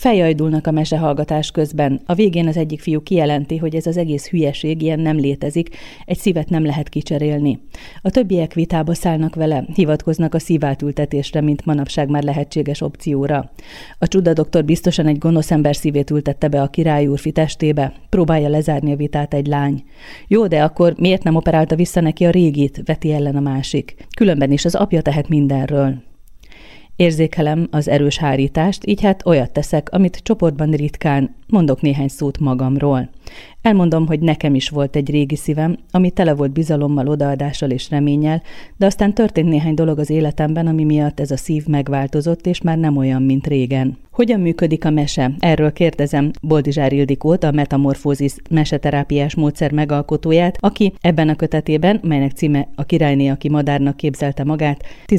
Feljajdulnak a mesehallgatás közben. A végén az egyik fiú kijelenti, hogy ez az egész hülyeség, ilyen nem létezik, egy szívet nem lehet kicserélni. A többiek vitába szállnak vele, hivatkoznak a szívátültetésre, mint manapság már lehetséges opcióra. A csudadoktor biztosan egy gonosz ember szívét ültette be a király úrfi testébe, próbálja lezárni a vitát egy lány. Jó, de akkor miért nem operálta vissza neki a régit, veti ellen a másik. Különben is az apja tehet mindenről. Érzékelem az erős hárítást, így hát olyat teszek, amit csoportban ritkán, mondok néhány szót magamról. Elmondom, hogy nekem is volt egy régi szívem, ami tele volt bizalommal, odaadással és reménnyel, de aztán történt néhány dolog az életemben, ami miatt ez a szív megváltozott, és már nem olyan, mint régen. Hogyan működik a mese? Erről kérdezem Boldizsár Ildikót, a metamorfózis meseterápiás módszer megalkotóját, aki ebben a kötetében, melynek címe A királyné, aki madárnak képzelte magát,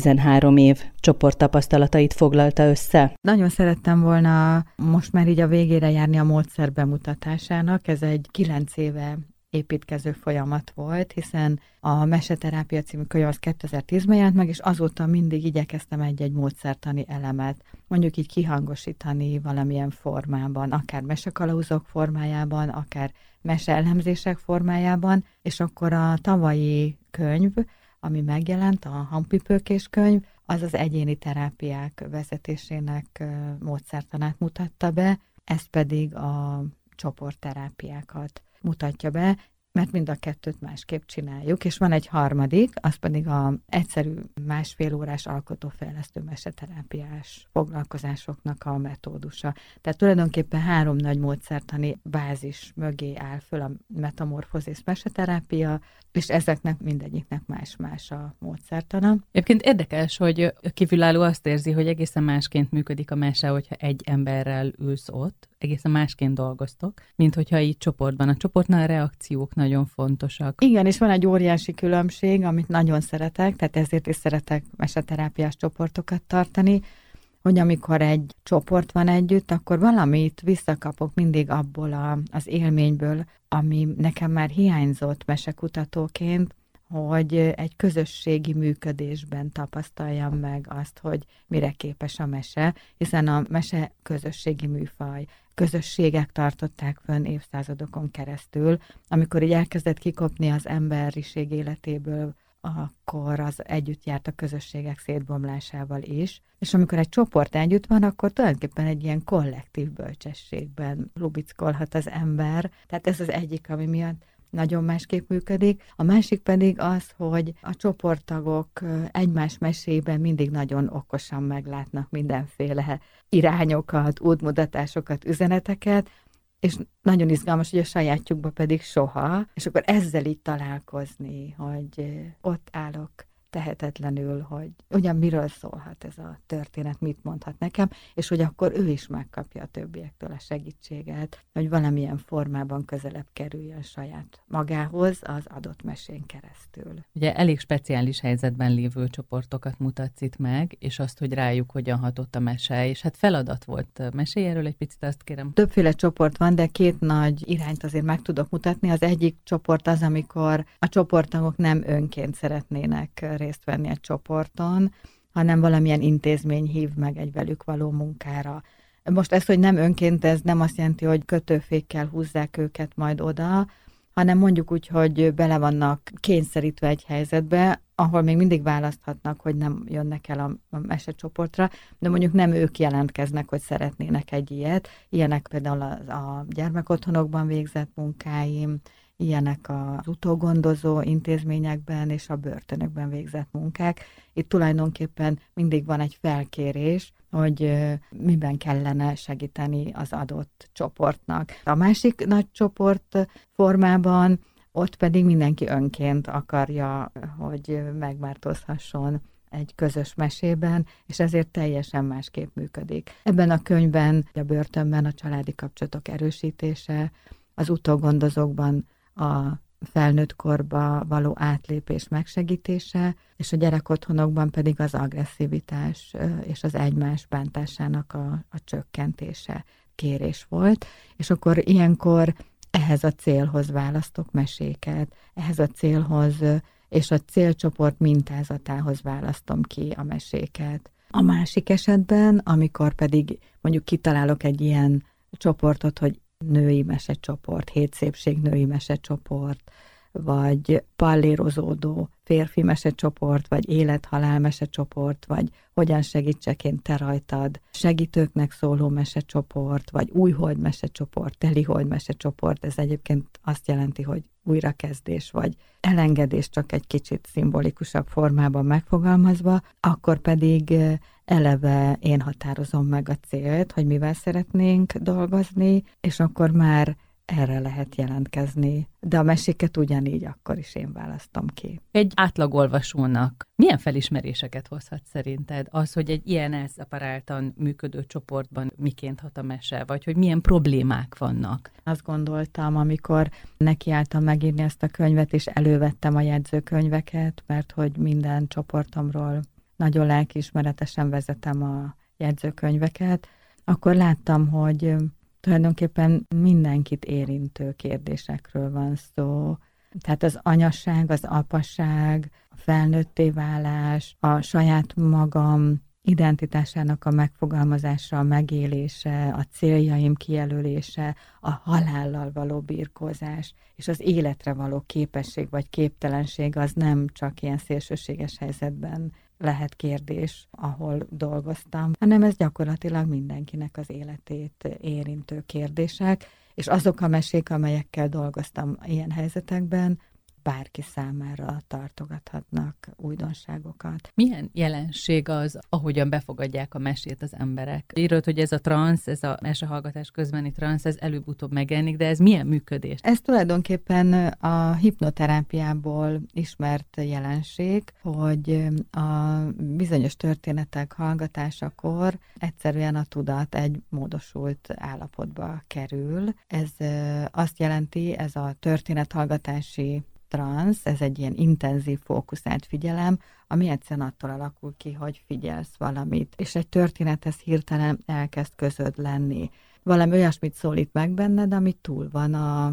13 év csoporttapasztalatait foglalta össze. Nagyon szerettem volna most már így a végére járni a módszer bemutatásának. Ez egy 9 éve építkező folyamat volt, hiszen a Meseterápia című könyv az 2010-ben jelent meg, és azóta mindig igyekeztem egy-egy módszertani elemet, mondjuk így kihangosítani valamilyen formában, akár mesekalauzok formájában, akár meseelemzések formájában, és akkor a tavalyi könyv, ami megjelent, a Hampipőkés könyv, az az egyéni terápiák vezetésének módszertanát mutatta be, ez pedig a csoportterápiákat mutatja be, mert mind a kettőt másképp csináljuk, és van egy harmadik, az pedig az egyszerű 1,5 órás alkotófejlesztő meseterápiás foglalkozásoknak a metódusa. Tehát tulajdonképpen 3 nagy módszertani bázis mögé áll föl a metamorfózis meseterápia, és ezeknek mindegyiknek más-más a módszertana. Egyébként érdekes, hogy kívülálló azt érzi, hogy egészen másként működik a mese, hogyha egy emberrel ülsz ott, egészen másként dolgoztok, mint hogyha így csoportban. A csoportnál a reakciók nagyon fontosak. Igen, és van egy óriási különbség, amit nagyon szeretek, tehát ezért is szeretek meseterápiás csoportokat tartani, hogy amikor egy csoport van együtt, akkor valamit visszakapok mindig abból az élményből, ami nekem már hiányzott mesekutatóként, hogy egy közösségi működésben tapasztaljam meg azt, hogy mire képes a mese, hiszen a mese közösségi műfaj. Közösségek tartották fönn évszázadokon keresztül. Amikor így elkezdett kikopni az emberiség életéből, akkor az együtt járt a közösségek szétbomlásával is. És amikor egy csoport együtt van, akkor tulajdonképpen egy ilyen kollektív bölcsességben lubickolhat az ember. Tehát ez az egyik, ami miatt nagyon másképp működik. A másik pedig az, hogy a csoporttagok egymás mesében mindig nagyon okosan meglátnak mindenféle irányokat, útmutatásokat, üzeneteket, és nagyon izgalmas, hogy a sajátjukban pedig soha, és akkor ezzel így találkozni, hogy ott állok tehetetlenül, hogy ugyan miről szólhat ez a történet, mit mondhat nekem, és hogy akkor ő is megkapja a többiektől a segítséget, hogy valamilyen formában közelebb kerüljön saját magához az adott mesén keresztül. Ugye elég speciális helyzetben lévő csoportokat mutatsz itt meg, és azt, hogy rájuk hogyan hatott a mese, és hát feladat volt. Mesélj erről egy picit, azt kérem. Többféle csoport van, de 2 nagy irányt azért meg tudok mutatni. Az egyik csoport az, amikor a csoporttagok nem önként szeretnének részt venni egy csoporton, hanem valamilyen intézmény hív meg egy velük való munkára. Most ez, hogy nem önként, ez nem azt jelenti, hogy kötőfékkel húzzák őket majd oda, hanem mondjuk úgy, hogy bele vannak kényszerítve egy helyzetbe, ahol még mindig választhatnak, hogy nem jönnek el a mesecsoportra, de mondjuk nem ők jelentkeznek, hogy szeretnének egy ilyet. Ilyenek például a gyermekotthonokban végzett munkáim, ilyenek az utógondozó intézményekben és a börtönökben végzett munkák. Itt tulajdonképpen mindig van egy felkérés, hogy miben kellene segíteni az adott csoportnak. A másik nagy csoport formában ott pedig mindenki önként akarja, hogy megváltozhasson egy közös mesében, és ezért teljesen másképp működik. Ebben a könyvben, a börtönben a családi kapcsolatok erősítése, az utógondozókban a felnőtt korba való átlépés megsegítése, és a gyerekotthonokban pedig az agresszivitás és az egymás bántásának a csökkentése kérés volt, és akkor ilyenkor ehhez a célhoz választok meséket, ehhez a célhoz és a célcsoport mintázatához választom ki a meséket. A másik esetben, amikor pedig mondjuk kitalálok egy ilyen csoportot, hogy női mesecsoport, 7 szépség női mesecsoport, vagy pallérozódó férfi mesecsoport, vagy élet-halál mesecsoport, vagy hogyan segítsek én te rajtad, segítőknek szóló mesecsoport, vagy újhold mesecsoport, telihold mesecsoport, ez egyébként azt jelenti, hogy újrakezdés, vagy elengedés, csak egy kicsit szimbolikusabb formában megfogalmazva, akkor pedig eleve én határozom meg a célt, hogy mivel szeretnénk dolgozni, és akkor már erre lehet jelentkezni. De a meséket ugyanígy akkor is én választom ki. Egy átlagolvasónak milyen felismeréseket hozhat szerinted az, hogy egy ilyen elszeparáltan működő csoportban miként hat a mese, vagy hogy milyen problémák vannak? Azt gondoltam, amikor nekiálltam megírni ezt a könyvet, és elővettem a jegyzőkönyveket, mert hogy minden csoportomról nagyon lelkiismeretesen vezetem a jegyzőkönyveket, akkor láttam, hogy tulajdonképpen mindenkit érintő kérdésekről van szó. Tehát az anyasság, az apaság, a felnőtté válás, a saját magam identitásának a megfogalmazása, a megélése, a céljaim kijelölése, a halállal való birkózás, és az életre való képesség vagy képtelenség az nem csak ilyen szélsőséges helyzetben lehet kérdés, ahol dolgoztam, hanem ez gyakorlatilag mindenkinek az életét érintő kérdések, és azok a mesék, amelyekkel dolgoztam ilyen helyzetekben, bárki számára tartogathatnak újdonságokat. Milyen jelenség az, ahogyan befogadják a mesét az emberek? Írod, hogy ez a transz, ez a mesehallgatás közbeni transz, ez előbb-utóbb megjelenik, de ez milyen működés? Ez tulajdonképpen a hipnoterápiából ismert jelenség, hogy a bizonyos történetek hallgatásakor egyszerűen a tudat egy módosult állapotba kerül. Ez azt jelenti, ez a történethallgatási transz, ez egy ilyen intenzív fókuszált figyelem, ami egyszerűen attól alakul ki, hogy figyelsz valamit, és egy történethez hirtelen elkezd közöd lenni. Valami olyasmit szólít meg benned, ami túl van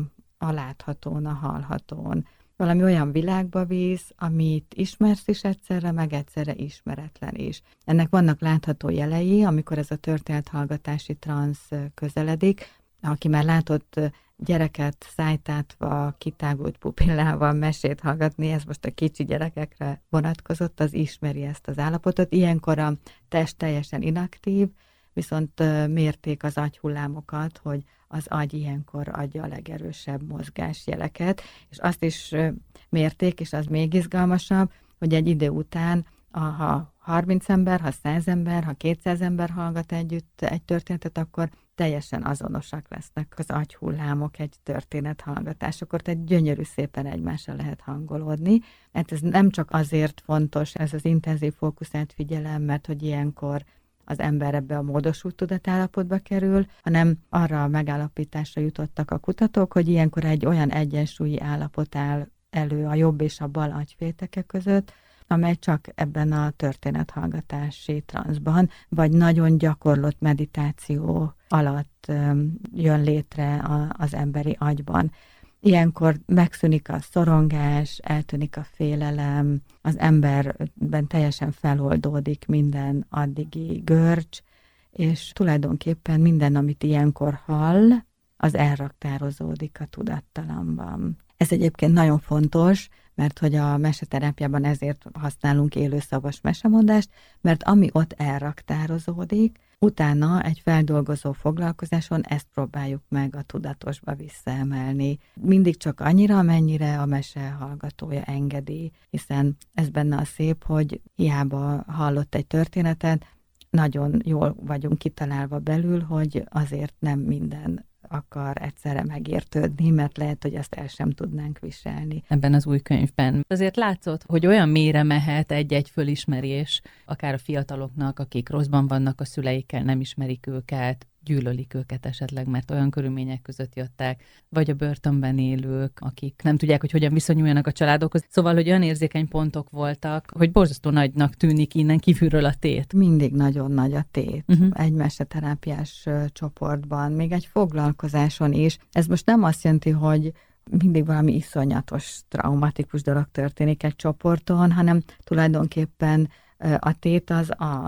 a láthatón, a hallhatón. Valami olyan világba visz, amit ismersz is egyszerre, meg egyszerre ismeretlen is. Ennek vannak látható jelei, amikor ez a történethallgatási transz közeledik. Aki már látott gyereket szájtátva, kitágult pupillával mesét hallgatni, ez most a kicsi gyerekekre vonatkozott, az ismeri ezt az állapotot. Ilyenkor a test teljesen inaktív, viszont mérték az agyhullámokat, hogy az agy ilyenkor adja a legerősebb mozgásjeleket, és azt is mérték, és az még izgalmasabb, hogy egy idő után, ha 30 ember, ha 100 ember, ha 200 ember hallgat együtt egy történetet, akkor teljesen azonosak lesznek az agyhullámok egy történethallgatásakor, tehát gyönyörű szépen egymásra lehet hangolódni. Hát ez nem csak azért fontos, ez az intenzív fókuszált figyelem, mert hogy ilyenkor az ember ebbe a módosult tudatállapotba kerül, hanem arra a megállapításra jutottak a kutatók, hogy ilyenkor egy olyan egyensúlyi állapot áll elő a jobb és a bal agyfélteke között, amely csak ebben a történethallgatási transzban, vagy nagyon gyakorlott meditáció alatt jön létre az emberi agyban. Ilyenkor megszűnik a szorongás, eltűnik a félelem, az emberben teljesen feloldódik minden addigi görcs, és tulajdonképpen minden, amit ilyenkor hall, az elraktározódik a tudattalamban. Ez egyébként nagyon fontos, mert hogy a meseterápiában ezért használunk élőszavas mesemondást, mert ami ott elraktározódik, utána egy feldolgozó foglalkozáson ezt próbáljuk meg a tudatosba visszaemelni. Mindig csak annyira, amennyire a mese hallgatója engedi, hiszen ez benne a szép, hogy hiába hallott egy történetet, nagyon jól vagyunk kitalálva belül, hogy azért nem minden akar egyszerre megértődni, mert lehet, hogy ezt el sem tudnánk viselni. Ebben az új könyvben azért látszott, hogy olyan mélyre mehet egy-egy fölismerés, akár a fiataloknak, akik rosszban vannak a szüleikkel, nem ismerik őket, gyűlölik őket esetleg, mert olyan körülmények között jöttek, vagy a börtönben élők, akik nem tudják, hogy hogyan viszonyuljanak a családokhoz. Szóval, hogy olyan érzékeny pontok voltak, hogy borzasztó nagynak tűnik innen kívülről a tét. Mindig nagyon nagy a tét. Egy meseterápiás csoportban, még egy foglalkozáson is. Ez most nem azt jelenti, hogy mindig valami iszonyatos, traumatikus dolog történik egy csoporton, hanem tulajdonképpen a tét az,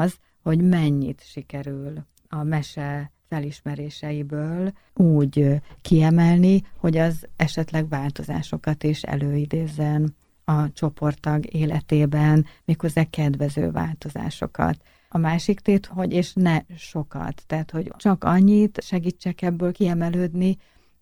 hogy mennyit sikerül a mese felismeréseiből úgy kiemelni, hogy az esetleg változásokat is előidézzen a csoporttag életében, méghozzá kedvező változásokat. A másik tét, hogy és ne sokat, tehát hogy csak annyit segítsek ebből kiemelődni,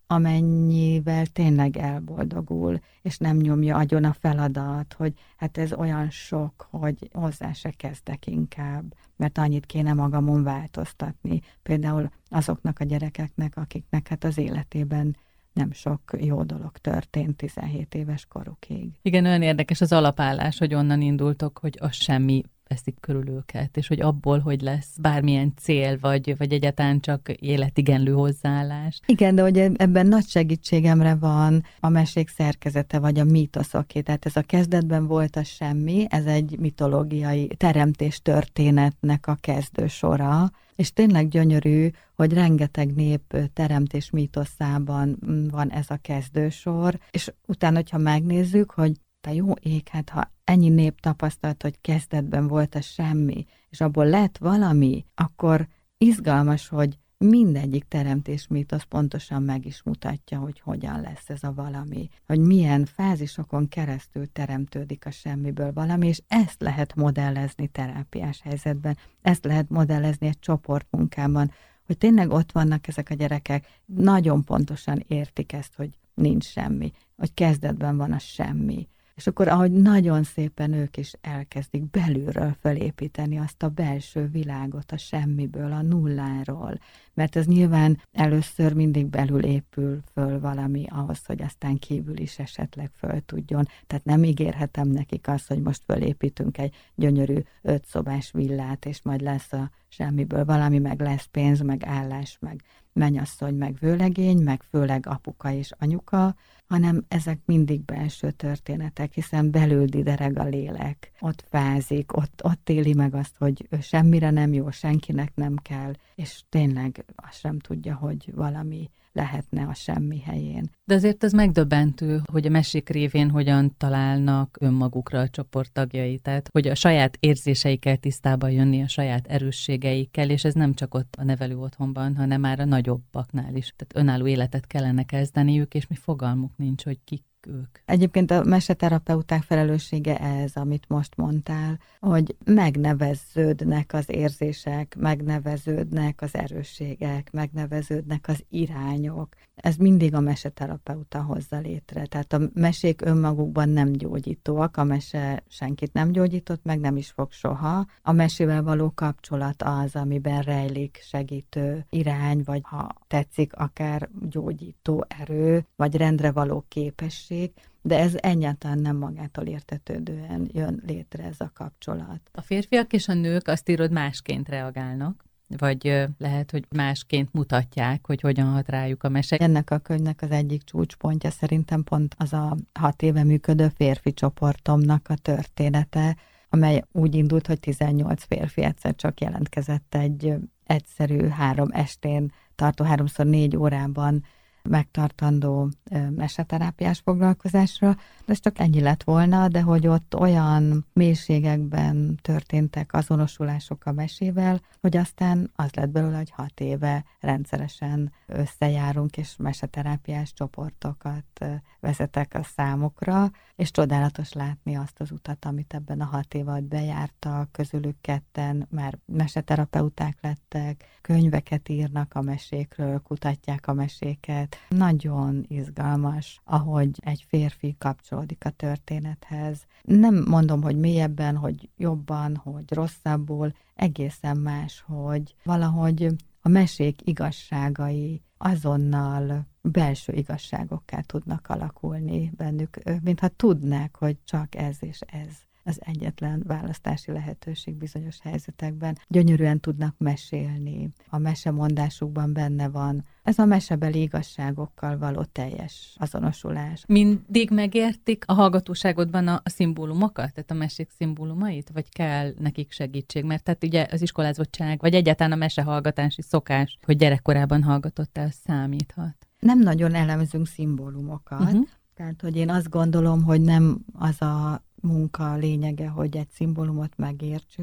amennyivel tényleg elboldogul, és nem nyomja agyon a feladat, hogy hát ez olyan sok, hogy hozzá se kezdek inkább, mert annyit kéne magamon változtatni. Például azoknak a gyerekeknek, akiknek hát az életében nem sok jó dolog történt 17 éves korukig. Igen, olyan érdekes az alapállás, hogy onnan indultok, hogy az semmi veszik körül őket, és hogy abból, hogy lesz bármilyen cél, vagy egyáltalán csak életigenlő hozzáállás. Igen, de hogy ebben nagy segítségemre van a mesék szerkezete, vagy a mítoszoké. Tehát ez a kezdetben volt a semmi, ez egy mitológiai teremtés történetnek a kezdősora, és tényleg gyönyörű, hogy rengeteg nép teremtés mítoszában van ez a kezdősor, és utána, hogyha megnézzük, hogy te jó ég, hát ha ennyi nép tapasztalt, hogy kezdetben volt a semmi, és abból lett valami, akkor izgalmas, hogy mindegyik teremtés mítosz pontosan meg is mutatja, hogy hogyan lesz ez a valami, hogy milyen fázisokon keresztül teremtődik a semmiből valami, és ezt lehet modellezni terápiás helyzetben, ezt lehet modellezni egy csoportmunkában, hogy tényleg ott vannak ezek a gyerekek, nagyon pontosan értik ezt, hogy nincs semmi, hogy kezdetben van a semmi. És akkor, ahogy nagyon szépen ők is elkezdik belülről felépíteni azt a belső világot a semmiből, a nulláról, mert ez nyilván először mindig belül épül föl valami ahhoz, hogy aztán kívül is esetleg föl tudjon. Tehát nem ígérhetem nekik azt, hogy most fölépítünk egy gyönyörű 5 szobás villát, és majd lesz a semmiből valami, meg lesz pénz, meg állás, meg mennyasszony, meg vőlegény, meg főleg apuka és anyuka, hanem ezek mindig belső történetek, hiszen belül didereg a lélek, ott fázik, ott éli meg azt, hogy ő semmire nem jó, senkinek nem kell, és tényleg azt sem tudja, hogy valami lehetne a semmi helyén. De azért az megdöbbentő, hogy a mesék révén hogyan találnak önmagukra a csoporttagjai, tehát hogy a saját érzéseikkel tisztában jönni, a saját erősségeikkel, és ez nem csak ott a nevelő otthonban, hanem már a nagyobbaknál is. Tehát önálló életet kellene kezdeniük, és mi fogalmuk nincs, hogy kik ők. Egyébként a meseterapeuták felelőssége ez, amit most mondtál, hogy megneveződnek az érzések, megneveződnek az erősségek, megneveződnek az irányok. Ez mindig a meseterapeuta hozza létre. Tehát a mesék önmagukban nem gyógyítóak, a mese senkit nem gyógyított, meg nem is fog soha. A mesével való kapcsolat az, amiben rejlik segítő irány, vagy ha tetszik, akár gyógyító erő, vagy rendre való képesség, de ez egyáltalán nem magától értetődően jön létre ez a kapcsolat. A férfiak és a nők, azt írod, másként reagálnak, vagy lehet, hogy másként mutatják, hogy hogyan hat rájuk a mese. Ennek a könyvnek az egyik csúcspontja szerintem pont az a 6 éve működő férfi csoportomnak a története, amely úgy indult, hogy 18 férfi egyszer csak jelentkezett egy egyszerű 3 estén tartó 3x4 órában megtartandó meseterápiás foglalkozásra, de ez csak ennyi lett volna, de hogy ott olyan mélységekben történtek azonosulások a mesével, hogy aztán az lett belőle, hogy 6 éve rendszeresen összejárunk, és meseterápiás csoportokat vezetek a számukra, és csodálatos látni azt az utat, amit ebben a 6 év alatt bejártak, közülük 2 már meseterapeuták lettek, könyveket írnak a mesékről, kutatják a meséket. Nagyon izgalmas, ahogy egy férfi kapcsolódik a történethez. Nem mondom, hogy mélyebben, hogy jobban, hogy rosszabbul, egészen más, hogy valahogy a mesék igazságai azonnal belső igazságokká tudnak alakulni bennük, mintha tudnák, hogy csak ez és ez az egyetlen választási lehetőség bizonyos helyzetekben. Gyönyörűen tudnak mesélni. A mesemondásukban benne van ez a mesebeli igazságokkal való teljes azonosulás. Mindig megértik a hallgatóságodban a szimbólumokat, tehát a mesék szimbólumait, vagy kell nekik segítség? Mert tehát ugye az iskolázottság, vagy egyáltalán a mesehallgatási szokás, hogy gyerekkorában hallgatottál, számíthat. Nem nagyon elemzünk szimbólumokat, tehát hogy én azt gondolom, hogy nem az a munka lényege, hogy egy szimbólumot megértsünk,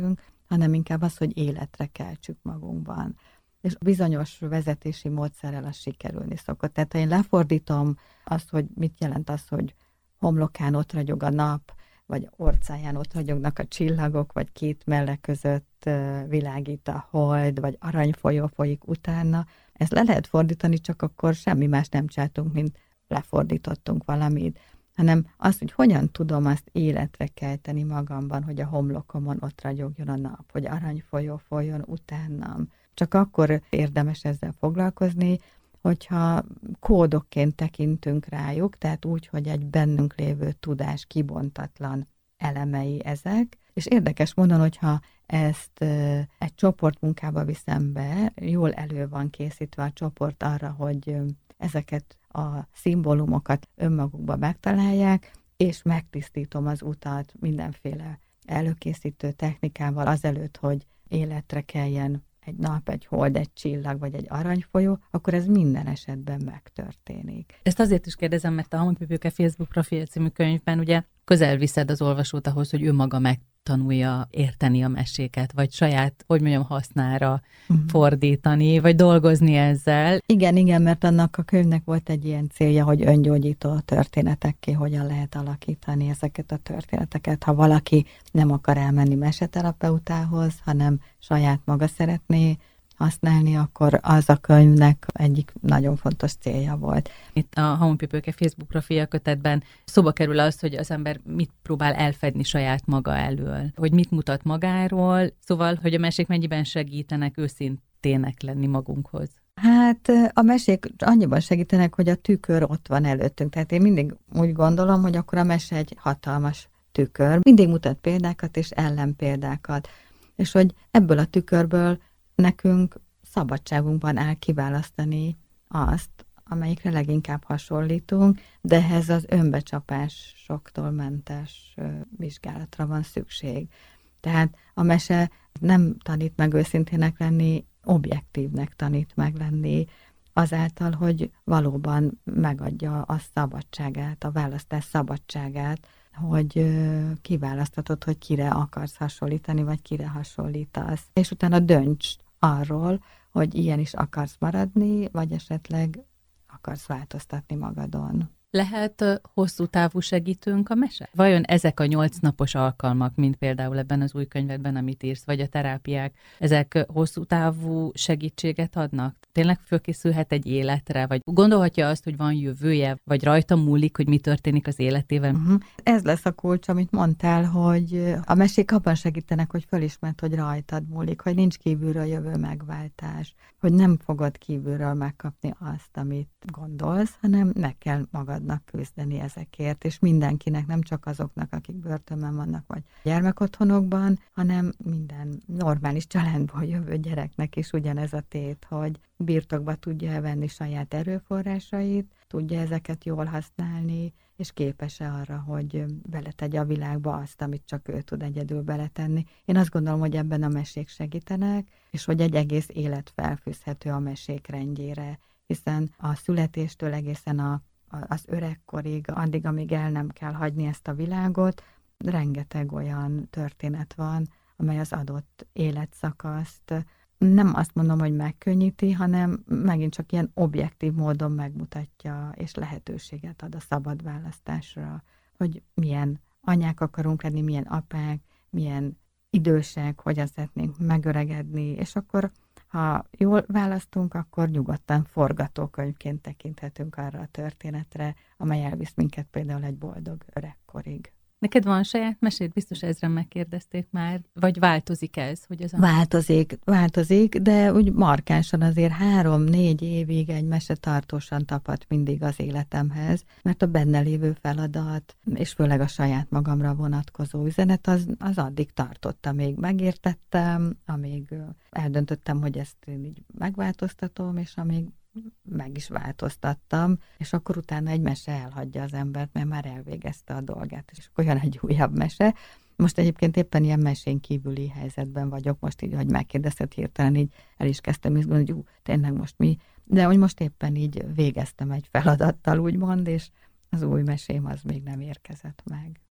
hanem inkább az, hogy életre keltsük magunkban. És bizonyos vezetési módszerrel az sikerülni szokott. Tehát ha én lefordítom azt, hogy mit jelent az, hogy homlokán ott ragyog a nap, vagy orcáján ott ragyognak a csillagok, vagy két melle között világít a hold, vagy aranyfolyó folyik utána. Ezt le lehet fordítani, csak akkor semmi más nem csináltunk, mint lefordítottunk valamit, hanem az, hogy hogyan tudom azt életre kelteni magamban, hogy a homlokomon ott ragyogjon a nap, hogy aranyfolyó folyjon utánam. Csak akkor érdemes ezzel foglalkozni, hogyha kódokként tekintünk rájuk, tehát úgy, hogy egy bennünk lévő tudás kibontatlan elemei ezek, és érdekes módon, hogyha ezt egy csoportmunkába viszem be, jól elő van készítve a csoport arra, hogy ezeket a szimbólumokat önmagukba megtalálják, és megtisztítom az utat mindenféle előkészítő technikával azelőtt, hogy életre keljen egy nap, egy hold, egy csillag, vagy egy aranyfolyó, akkor ez minden esetben megtörténik. Ezt azért is kérdezem, mert a Hamupipőke Facebook profil című könyvben ugye közel viszed az olvasót ahhoz, hogy ő maga megtanulja érteni a meséket, vagy saját, hogy mondjam, hasznára fordítani, vagy dolgozni ezzel. Igen, mert annak a könyvnek volt egy ilyen célja, hogy öngyógyító történetekké hogyan lehet alakítani ezeket a történeteket. Ha valaki nem akar elmenni meseterapeutához, hanem saját maga szeretné használni, akkor az a könyvnek egyik nagyon fontos célja volt. Itt a Hamupipőke Facebook profilja kötetben szóba kerül az, hogy az ember mit próbál elfedni saját maga elől, hogy mit mutat magáról, szóval, hogy a mesék mennyiben segítenek őszintének lenni magunkhoz. Hát a mesék annyiban segítenek, hogy a tükör ott van előttünk. Tehát én mindig úgy gondolom, hogy akkor a mese egy hatalmas tükör. Mindig mutat példákat és ellenpéldákat. És hogy ebből a tükörből nekünk szabadságunkban áll kiválasztani azt, amelyikre leginkább hasonlítunk, de ehhez az önbecsapásoktól mentes vizsgálatra van szükség. Tehát a mese nem tanít meg őszintének lenni, objektívnek tanít meg lenni, azáltal, hogy valóban megadja a szabadságát, a választás szabadságát, hogy kiválasztatod, hogy kire akarsz hasonlítani, vagy kire hasonlítasz. És utána dönts arról, hogy ilyen is akarsz maradni, vagy esetleg akarsz változtatni magadon. Lehet hosszú távú segítőnk a mese? Vajon ezek a 8 napos alkalmak, mint például ebben az új könyvedben, amit írsz, vagy a terápiák, ezek hosszú távú segítséget adnak? Tényleg fölkészülhet egy életre? Vagy gondolhatja azt, hogy van jövője? Vagy rajta múlik, hogy mi történik az életével? Ez lesz a kulcs, amit mondtál, hogy a mesék abban segítenek, hogy fölismerd, hogy rajtad múlik, hogy nincs kívülről jövő megváltás, hogy nem fogod kívülről megkapni azt, amit gondolsz, hanem meg kell magadnak küzdeni ezekért, és mindenkinek, nem csak azoknak, akik börtönben vannak, vagy gyermekotthonokban, hanem minden normális családból jövő gyereknek is ugyanez a tét, hogy birtokba tudja venni saját erőforrásait, tudja ezeket jól használni, és képes-e arra, hogy beletegye a világba azt, amit csak ő tud egyedül beletenni. Én azt gondolom, hogy ebben a mesék segítenek, és hogy egy egész élet felfűzhető a mesék rendjére, hiszen a születéstől egészen az öregkorig, addig, amíg el nem kell hagyni ezt a világot, rengeteg olyan történet van, amely az adott életszakaszt nem azt mondom, hogy megkönnyíti, hanem megint csak ilyen objektív módon megmutatja, és lehetőséget ad a szabad választásra, hogy milyen anyák akarunk lenni, milyen apák, milyen idősek, hogyan szeretnénk megöregedni, és akkor, ha jól választunk, akkor nyugodtan forgatókönyvként tekinthetünk arra a történetre, amely elvisz minket például egy boldog öregkorig. Neked van saját mesét? Biztos ezren megkérdezték már. Vagy változik ez? Hogy ez Változik, de úgy markánsan azért 3-4 évig egy mese tartósan tapad mindig az életemhez, mert a benne lévő feladat, és főleg a saját magamra vonatkozó üzenet, az addig tartott, amíg megértettem, amíg eldöntöttem, hogy ezt én így megváltoztatom, és amíg meg is változtattam, és akkor utána egy mese elhagyja az embert, mert már elvégezte a dolgát, és akkor jön egy újabb mese. Most egyébként éppen ilyen mesén kívüli helyzetben vagyok, most így, hogy megkérdezted hirtelen, így el is kezdtem izgulni, hogy tényleg most mi, de hogy most éppen így végeztem egy feladattal, úgymond, és az új mesém az még nem érkezett meg.